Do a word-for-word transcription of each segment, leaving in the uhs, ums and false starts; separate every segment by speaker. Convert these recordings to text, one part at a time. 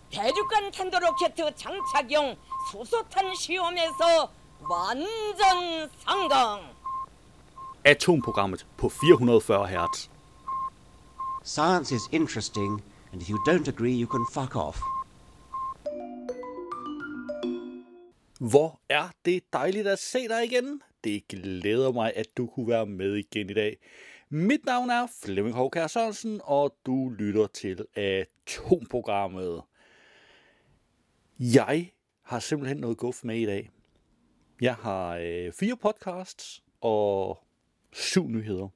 Speaker 1: 대륙간 탄도로켓 장착용 수소탄 시험에서 완전 성공.
Speaker 2: Atomprogrammet på fire hundrede og fyrre hertz.
Speaker 3: Science is interesting, and if you don't agree, you can fuck off.
Speaker 2: Hvor er det dejligt at se dig igen. Det glæder mig, at du kunne være med igen i dag. Mit navn er Flemming Hovkær Sørensen, og du lytter til Atomprogrammet. Jeg har simpelthen noget guf med i dag. Jeg har øh, fire podcasts og syv nyheder.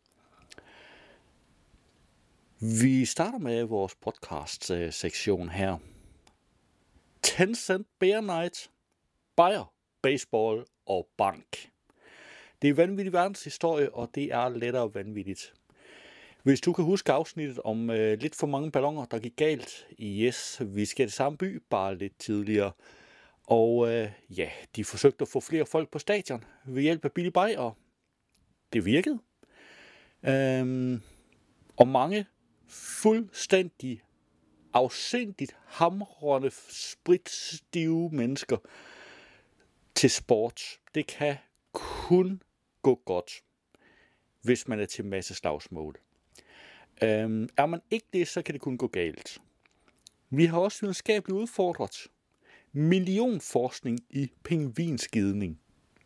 Speaker 2: Vi starter med vores podcast-sektion her. Tencent Bear Night, Bayer, baseball og bank. Det er vanvittig verdenshistorie, og det er lettere vanvittigt. Hvis du kan huske afsnittet om øh, lidt for mange balloner, der gik galt. Yes, vi skal i samme by, bare lidt tidligere. Og øh, ja, de forsøgte at få flere folk på stadion ved hjælp af Billy Bayer. Det virkede. Øhm, og mange fuldstændig afsindigt hamrende, spritstive mennesker til sport. Det kan kun gå godt, hvis man er til masse slagsmål. Øhm, er man ikke det, så kan det kun gå galt. Vi har også videnskabeligt udfordret millionforskning i pingvinskidning.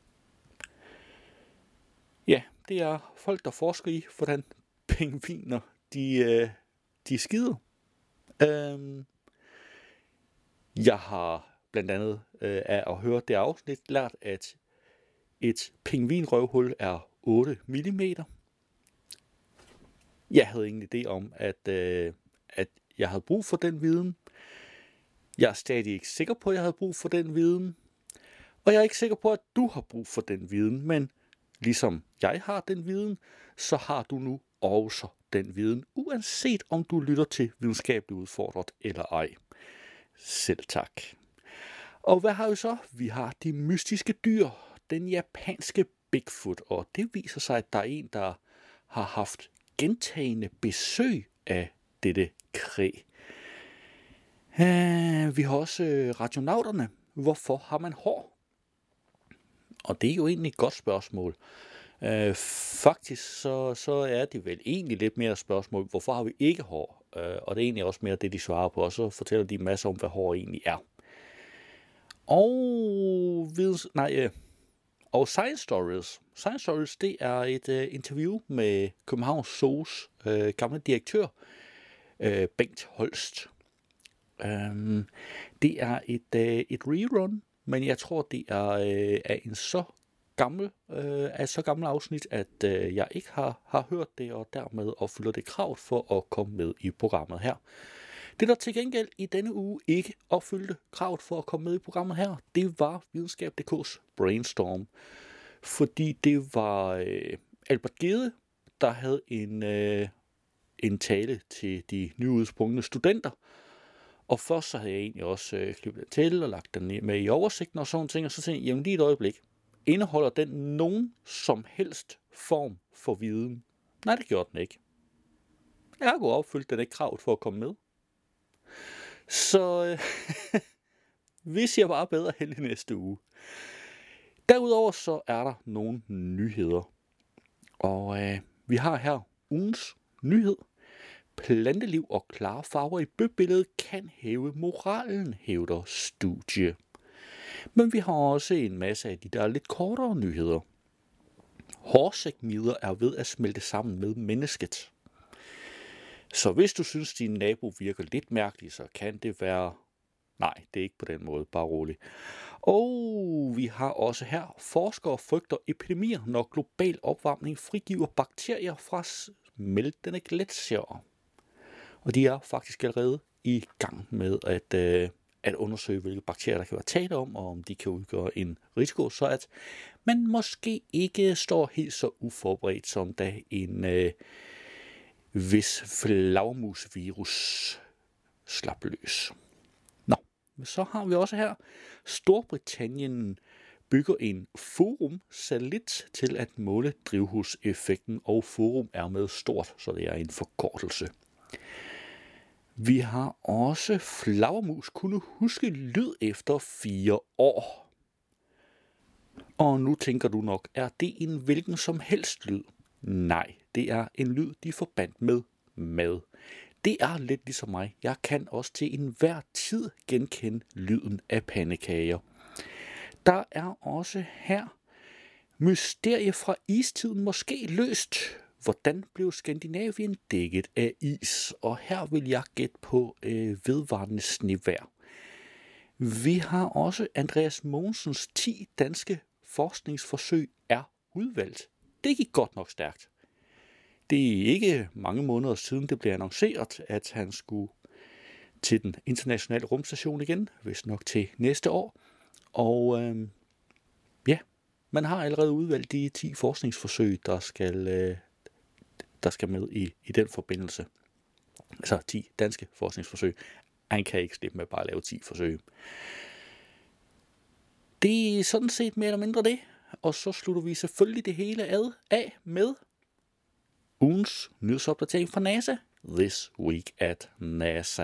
Speaker 2: Ja, det er folk, der forsker i, hvordan pingviner de, øh, de skider. Øhm, jeg har blandt andet øh, af at høre det afsnit lært, at et pingvinrøvhul er otte millimeter. Jeg havde ingen idé om, at, øh, at jeg havde brug for den viden. Jeg er stadig ikke sikker på, at jeg havde brug for den viden. Og jeg er ikke sikker på, at du har brug for den viden. Men ligesom jeg har den viden, så har du nu også den viden, uanset om du lytter til videnskabeligt udfordret eller ej. Selv tak. Og hvad har vi så? Vi har de mystiske dyr, den japanske Bigfoot, og det viser sig, at der er en, der har haft gentagende besøg af dette kræ. Uh, vi har også uh, radionauterne. Hvorfor har man hår? Og det er jo egentlig et godt spørgsmål. Uh, faktisk så, så er det vel egentlig lidt mere et spørgsmål, hvorfor har vi ikke hår? Uh, og det er egentlig også mere det, de svarer på, og så fortæller de masser om, hvad hår egentlig er. Og, videns, nej, uh, og Science Stories. Science Stories, det er et uh, interview med Københavns Zoos uh, gamle direktør, uh, Bengt Holst. Um, det er et, uh, et rerun, men jeg tror, det er, uh, er en så gammel, uh, er et så gammel afsnit, at uh, jeg ikke har, har hørt det, og dermed opfylder det krav for at komme med i programmet her. Det, der til gengæld i denne uge ikke opfyldte kravet for at komme med i programmet her, det var videnskab punktum d k's Brainstorm. Fordi det var øh, Albert Gede, der havde en, øh, en tale til de nyudsprungne studenter. Og først så havde jeg egentlig også øh, klippet den til og lagt den med i oversigten og sådan ting. Og så tænkte jeg, jamen lige et øjeblik, indeholder den nogen som helst form for viden? Nej, det gjorde den ikke. Ergo opfyldte den ikke kravet for at komme med. Så øh, vi siger bare bedre held i næste uge. Derudover så er der nogle nyheder. Og øh, vi har her ugens nyhed. Planteliv og klare farver i bybilledet kan hæve moralen, hævder studie. Men vi har også en masse af de der lidt kortere nyheder. Hårsækmider er ved at smelte sammen med mennesket. Så hvis du synes, din nabo virker lidt mærkelig, så kan det være... Nej, det er ikke på den måde, bare rolig. Og vi har også her, forskere frygter epidemier, når global opvarmning frigiver bakterier fra smeltende gletsjere. Og de er faktisk allerede i gang med at, øh, at undersøge, hvilke bakterier der kan være tale om, og om de kan udgøre en risiko, så at man måske ikke står helt så uforberedt, som da en... Øh, hvis flagmusvirus slap løs. Nå, så har vi også her, Storbritannien bygger en Forum-satellit til at måle drivhuseffekten, og Forum er med stort, så det er en forkortelse. Vi har også flagermus kunne huske lyd efter fire år. Og nu tænker du nok, er det en hvilken som helst lyd? Nej, det er en lyd, de forbandt med mad. Det er lidt ligesom mig. Jeg kan også til enhver tid genkende lyden af pandekager. Der er også her mysterie fra istiden måske løst. Hvordan blev Skandinavien dækket af is? Og her vil jeg gætte på øh, vedvarende snevejr. Vi har også Andreas Mogensens ti danske forskningsforsøg er udvalgt. Det gik godt nok stærkt. Det er ikke mange måneder siden, det blev annonceret, at han skulle til den internationale rumstation igen, hvis nok til næste år. Og øh, ja, man har allerede udvalgt de ti forskningsforsøg, der skal, øh, der skal med i, i den forbindelse. Altså ti danske forskningsforsøg. Han kan ikke slippe med bare at lave ti forsøg. Det er sådan set mere eller mindre det. Og så slutter vi selvfølgelig det hele ad af med ugens nyhedsopdatering fra NASA. This Week at NASA.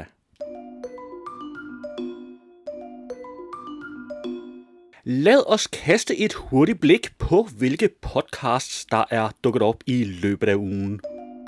Speaker 2: Lad os kaste et hurtigt blik på, hvilke podcasts, der er dukket op i løbet af ugen.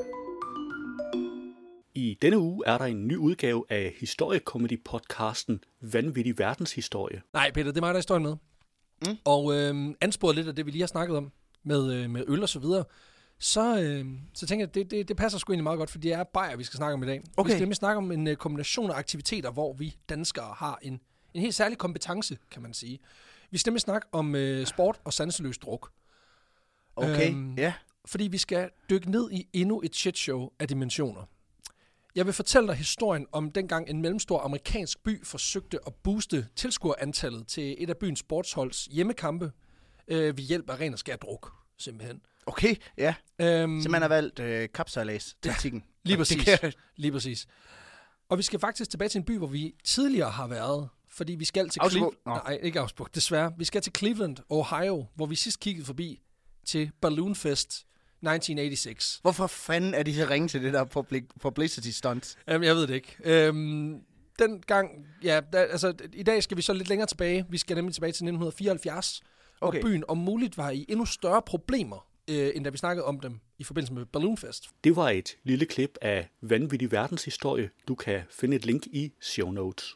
Speaker 2: I denne uge er der en ny udgave af historiekomedy-podcasten Vanvittig Verdenshistorie.
Speaker 4: Nej, Peter, det er mig, der er historien med. Mm. Og øh, ansporet lidt af det, vi lige har snakket om, med, øh, med øl og så videre, så, øh, så tænker jeg, at det, det, det passer sgu egentlig meget godt, for det er bajer, vi skal snakke om i dag. Okay. Vi skal nemlig snakke om en uh, kombination af aktiviteter, hvor vi danskere har en, en helt særlig kompetence, kan man sige. Vi skal nemlig snakke om øh, sport og sanseløs druk.
Speaker 5: Okay,
Speaker 4: øhm,
Speaker 5: ja.
Speaker 4: Fordi vi skal dykke ned i endnu et shitshow af dimensioner. Jeg vil fortælle dig historien om dengang en mellemstor amerikansk by forsøgte at booste tilskuerantallet til et af byens sportsholds hjemmekampe øh, ved hjælp af ren og skær druk, simpelthen.
Speaker 5: Okay, ja.
Speaker 4: Øhm,
Speaker 5: Så man har valgt øh, kapsejlads-taktikken.
Speaker 4: Ja, lige præcis. lige præcis. Og vi skal faktisk tilbage til en by, hvor vi tidligere har været, fordi vi skal til Cleveland. Nej, ikke Augsburg, desværre. Vi skal til Cleveland, Ohio, hvor vi sidst kiggede forbi til Balloon Fest nitten otteoghalvtreds.
Speaker 5: Hvorfor fanden er de så ringe til det der publicity stunt?
Speaker 4: Jamen, jeg ved det ikke. Øhm, den gang, ja, der, altså, i dag skal vi så lidt længere tilbage. Vi skal nemlig tilbage til nitten fireoghalvfjerds, okay. Hvor byen om muligt var i endnu større problemer, øh, end da vi snakkede om dem i forbindelse med Balloon Fest.
Speaker 2: Det var et lille klip af Vanvittig Verdenshistorie. Du kan finde et link i show notes.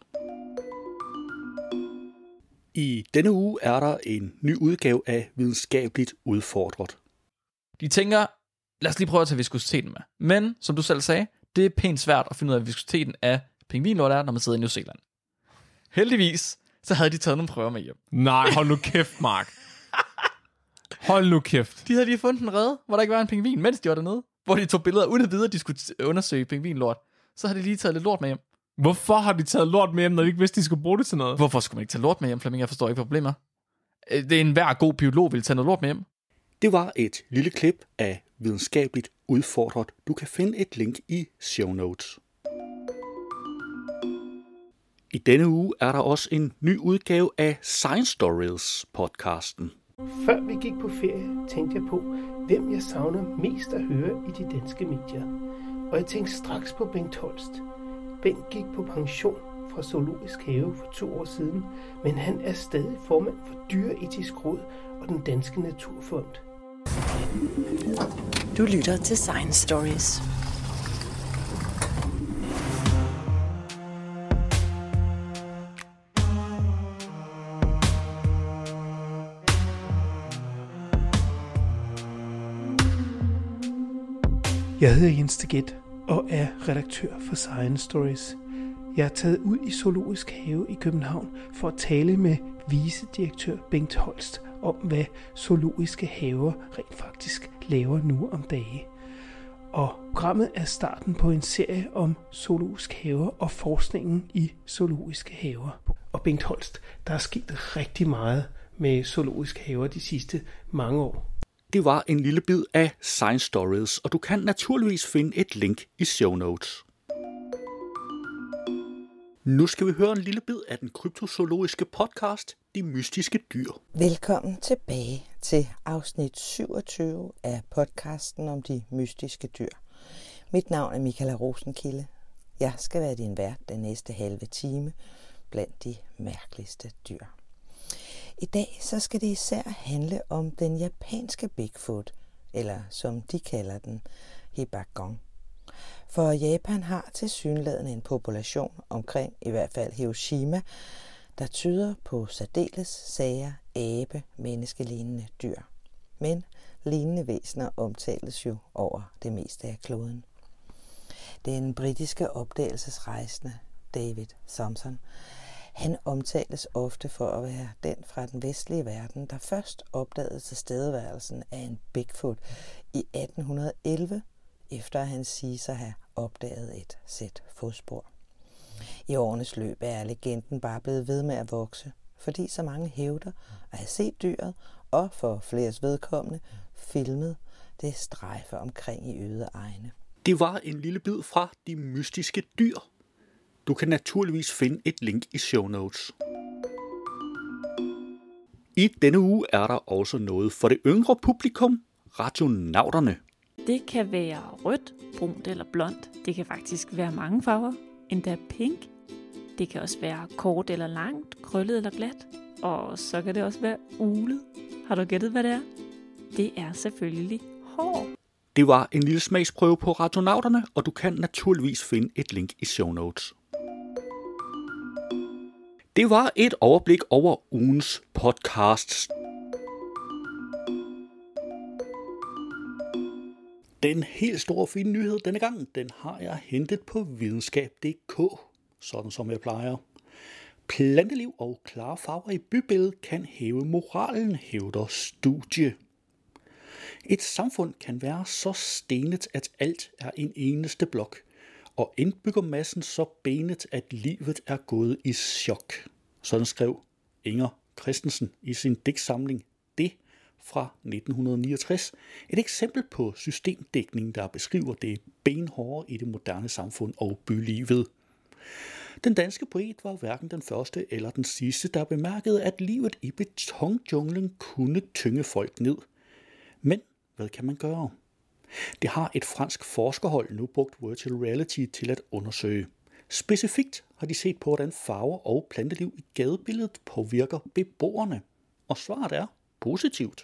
Speaker 2: I denne uge er der en ny udgave af Videnskabeligt Udfordret.
Speaker 6: De tænker, lad os lige prøve at tage viskositeten med. Men, som du selv sagde, det er pænt svært at finde ud af, viskositeten af pingvinlort er, når man sidder i New Zealand. Heldigvis, så havde de taget nogle prøver med hjem.
Speaker 7: Nej, hold nu kæft, Mark. Hold nu kæft.
Speaker 6: De havde lige fundet en rede, hvor der ikke var en pingvin, mens de var dernede. Hvor de tog billeder, uden at vide, at de skulle undersøge pingvinlort. Så havde de lige taget lidt lort med hjem.
Speaker 7: Hvorfor har de taget lort med hjem, når de ikke vidste, de skulle bruge det til noget?
Speaker 6: Hvorfor skulle man ikke tage lort med hjem, Flemming? Jeg forstår ikke, hvad problemet er. Det er en hver god biolog, vil tage noget lort med hjem.
Speaker 2: Det var et lille klip af Videnskabeligt Udfordret. Du kan finde et link i show notes. I denne uge er der også en ny udgave af Science Stories podcasten.
Speaker 8: Før vi gik på ferie, tænkte jeg på, hvem jeg savner mest at høre i de danske medier. Og jeg tænkte straks på Bengt Holst. Bengt gik på pension fra Zoologisk Have for to år siden, men han er stadig formand for Dyreetisk Råd og den Danske Naturfond.
Speaker 9: Du lytter til Science Stories.
Speaker 8: Jeg hedder Jens Teget og er redaktør for Science Stories. Jeg er taget ud i Zoologisk Have i København for at tale med vicedirektør Bengt Holst om, hvad zoologiske haver rent faktisk laver nu om dage. Og programmet er starten på en serie om zoologiske haver og forskningen i zoologiske haver. Og Bengt Holst, der er sket rigtig meget med zoologiske haver de sidste mange år.
Speaker 2: Det var en lille bid af Science Stories, og du kan naturligvis finde et link i show notes. Nu skal vi høre en lille bid af den kryptozoologiske podcast, De Mystiske Dyr.
Speaker 10: Velkommen tilbage til afsnit syvogtyve af podcasten om de mystiske dyr. Mit navn er Michaela Rosenkilde. Jeg skal være din vært den næste halve time blandt de mærkeligste dyr. I dag så skal det især handle om den japanske Bigfoot, eller som de kalder den, Hibagong. For Japan har tilsyneladende en population omkring i hvert fald Hiroshima, der tyder på særdeles sager, abe, menneskelignende dyr. Men lignende væsener omtales jo over det meste af kloden. Den britiske opdagelsesrejsende David Thompson, han omtales ofte for at være den fra den vestlige verden, der først opdagede tilstedeværelsen af en Bigfoot i atten elleve, efter at han siges at have opdaget et sæt fodspor. I årenes løb er legenden bare blevet ved med at vokse, fordi så mange hævder at have set dyret, og for fleres vedkommende filmet det strejfe omkring i øde egne.
Speaker 2: Det var en lille bid fra De Mystiske Dyr. Du kan naturligvis finde et link i show notes. I denne uge er der også noget for det yngre publikum, Radionauterne.
Speaker 11: Det kan være rødt, brunt eller blondt. Det kan faktisk være mange farver, endda pink. Det kan også være kort eller langt, krøllet eller glat. Og så kan det også være ulet. Har du gættet, hvad det er? Det er selvfølgelig hår.
Speaker 2: Det var en lille smagsprøve på Radionauterne, og du kan naturligvis finde et link i show notes. Det var et overblik over ugens podcasts. Den helt store fine nyhed denne gang, den har jeg hentet på videnskab punktum d k, sådan som jeg plejer. Planteliv og klare farver i bybilledet kan hæve moralen, hævder studie. Et samfund kan være så stenet, at alt er en eneste blok, og indbyggermassen så benet, at livet er gået i chok. Sådan skrev Inger Christensen i sin digtsamling Det fra nitten niogtres. Et eksempel på systemdækning, der beskriver det benhårde i det moderne samfund og bylivet. Den danske poet var hverken den første eller den sidste, der bemærkede, at livet i betonjunglen kunne tynge folk ned. Men hvad kan man gøre? Det har et fransk forskerhold nu brugt virtual reality til at undersøge. Specifikt har de set på, hvordan farver og planteliv i gadebilledet påvirker beboerne. Og svaret er positivt.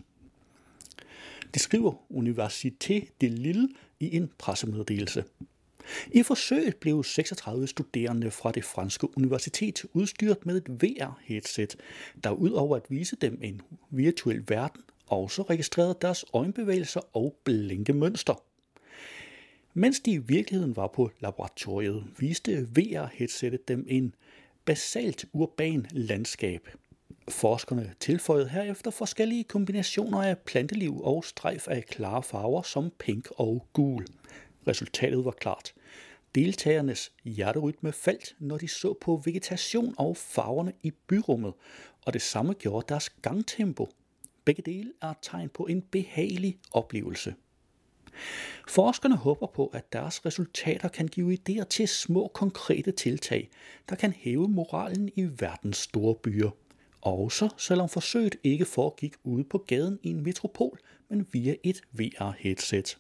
Speaker 2: Det skriver Université de Lille i en pressemeddelelse. I forsøget blev seksogtredive studerende fra det franske universitet udstyret med et V R-headset, der udover at vise dem en virtuel verden, også registrerede deres øjenbevægelser og blinkemønster. Mens de i virkeligheden var på laboratoriet, viste V R-headsetet dem en basalt urban landskab. Forskerne tilføjede herefter forskellige kombinationer af planteliv og strejf af klare farver som pink og gul. Resultatet var klart. Deltagernes hjerterytme faldt, når de så på vegetation og farverne i byrummet, og det samme gjorde deres gangtempo. Begge dele er tegn på en behagelig oplevelse. Forskerne håber på, at deres resultater kan give idéer til små konkrete tiltag, der kan hæve moralen i verdens store byer. Også selvom forsøget ikke foregik ude på gaden i en metropol, men via et V R-headset.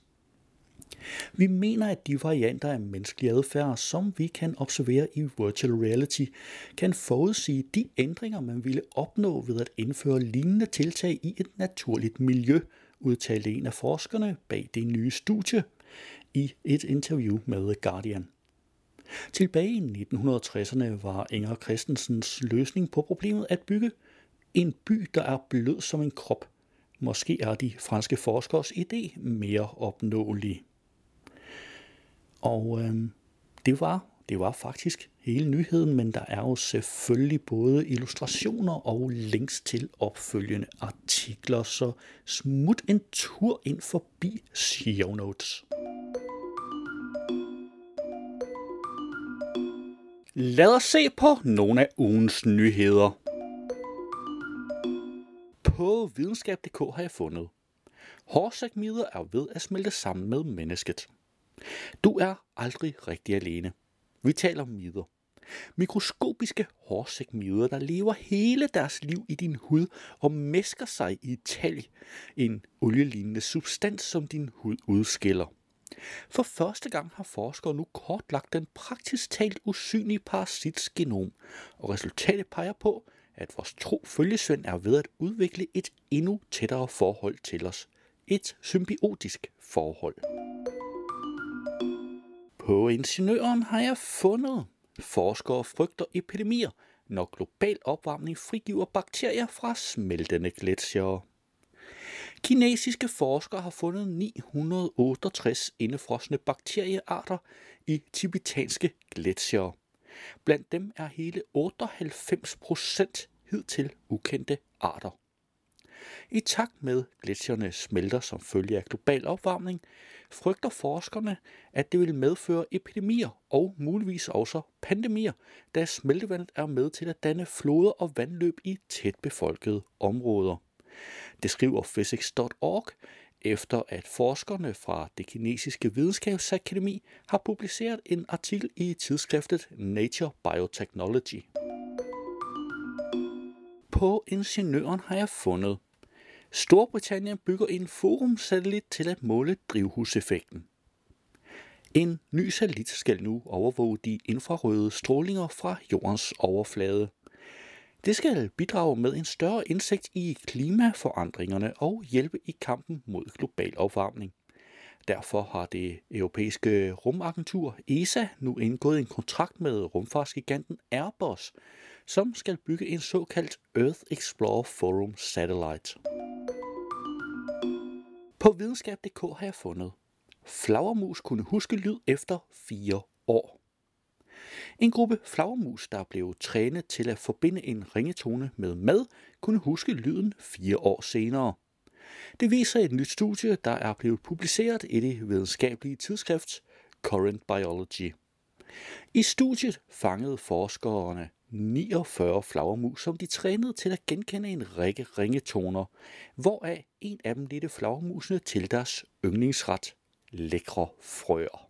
Speaker 2: Vi mener, at de varianter af menneskelig adfærd, som vi kan observere i virtual reality, kan forudsige de ændringer, man ville opnå ved at indføre lignende tiltag i et naturligt miljø, udtalte en af forskerne bag det nye studie i et interview med The Guardian. Tilbage i nitten tresserne var Inger Christensens løsning på problemet at bygge en by, der er blød som en krop. Måske er de franske forskers idé mere opnåelig. Og øh, det var det var faktisk hele nyheden, men der er jo selvfølgelig både illustrationer og links til opfølgende artikler, så smut en tur ind forbi show notes. Lad os se på nogle af ugens nyheder. På videnskab punktum d k har jeg fundet. Hårsækmider er ved at smelte sammen med mennesket. Du er aldrig rigtig alene. Vi taler om mider. Mikroskopiske hårsækmider, der lever hele deres liv i din hud og mæsker sig i talg, en olielignende substans, som din hud udskiller. For første gang har forskere nu kortlagt den praktisk talt usynlige parasits genom, og resultatet peger på, at vores tro følgesvend er ved at udvikle et endnu tættere forhold til os. Et symbiotisk forhold. På Ingeniøren har jeg fundet. Forskere frygter epidemier, når global opvarmning frigiver bakterier fra smeltende gletsjere. Kinesiske forskere har fundet ni hundrede otteogtres indefrosne bakteriearter i tibetanske gletsjere. Blandt dem er hele otteoghalvfems procent hidtil ukendte arter. I takt med gletsjerne smelter som følge af global opvarmning, frygter forskerne, at det vil medføre epidemier og muligvis også pandemier, da smeltevandet er med til at danne floder og vandløb i tæt befolkede områder. Det skriver physics punktum org, efter at forskerne fra det kinesiske videnskabsakademi har publiceret en artikel i tidsskriftet Nature Biotechnology. På Ingeniøren har jeg fundet. Storbritannien bygger en Forum-satellit til at måle drivhuseffekten. En ny satellit skal nu overvåge de infrarøde strålinger fra jordens overflade. Det skal bidrage med en større indsigt i klimaforandringerne og hjælpe i kampen mod global opvarmning. Derfor har det europæiske rumagentur E S A nu indgået en kontrakt med rumfartsgiganten Airbus, som skal bygge en såkaldt Earth Explorer Forum Satellite. På videnskab punktum d k har jeg fundet. Flagermus kunne huske lyd efter fire år. En gruppe flagermus, der blev trænet til at forbinde en ringetone med mad, kunne huske lyden fire år senere. Det viser et nyt studie, der er blevet publiceret i det videnskabelige tidsskrift Current Biology. I studiet fangede forskerne niogfyrre flagermus, som de trænede til at genkende en række ringetoner, hvoraf en af dem ledte flagermusene til deres yndlingsret, lækre frøer.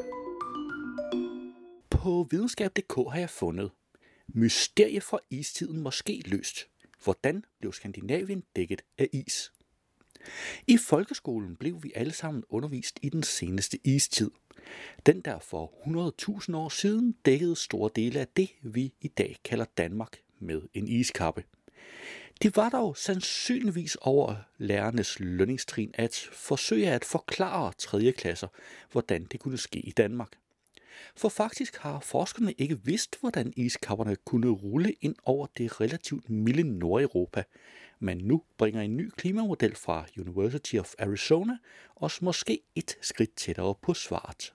Speaker 2: På videnskab punktum d k har jeg fundet. Mysterie fra istiden måske løst. Hvordan blev Skandinavien dækket af is? I folkeskolen blev vi alle sammen undervist i den seneste istid. Den der for hundrede tusind år siden dækkede store dele af det, vi i dag kalder Danmark, med en iskappe. Det var dog sandsynligvis over lærernes lønningstrin at forsøge at forklare tredje klasser, hvordan det kunne ske i Danmark. For faktisk har forskerne ikke vidst, hvordan iskapperne kunne rulle ind over det relativt milde Nordeuropa, men nu bringer en ny klimamodel fra University of Arizona os måske et skridt tættere på svaret.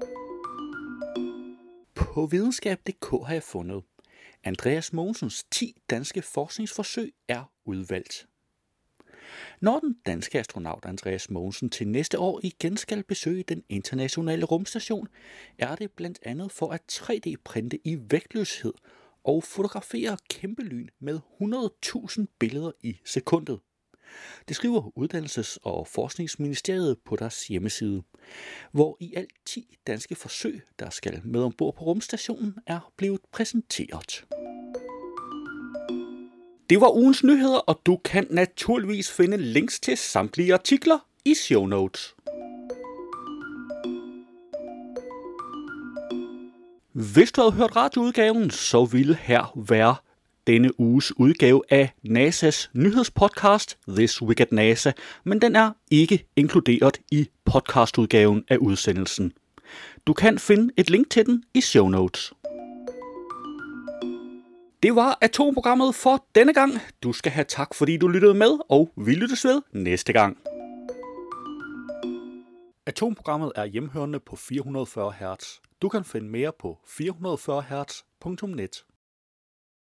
Speaker 2: På videnskab punktum d k har jeg fundet. Andreas Mogensens ti danske forskningsforsøg er udvalgt. Når den danske astronaut Andreas Mogensen til næste år igen skal besøge den internationale rumstation, er det blandt andet for at tre D-printe i vægtløshed og fotografere kæmpelyn med hundrede tusind billeder i sekundet. Det skriver Uddannelses- og Forskningsministeriet på deres hjemmeside, hvor i alt ti danske forsøg, der skal med ombord på rumstationen, er blevet præsenteret. Det var ugens nyheder, og du kan naturligvis finde links til samtlige artikler i show notes. Hvis du havde hørt radioudgaven, så ville her være denne uges udgave af NASA's nyhedspodcast This Week at NASA, men den er ikke inkluderet i podcastudgaven af udsendelsen. Du kan finde et link til den i show notes. Det var Atomprogrammet for denne gang. Du skal have tak, fordi du lyttede med, og vi lyttes ved næste gang. Atomprogrammet er hjemhørende på fire hundrede og fyrre hertz. Du kan finde mere på fire hundrede og fyrre hertz punktum net.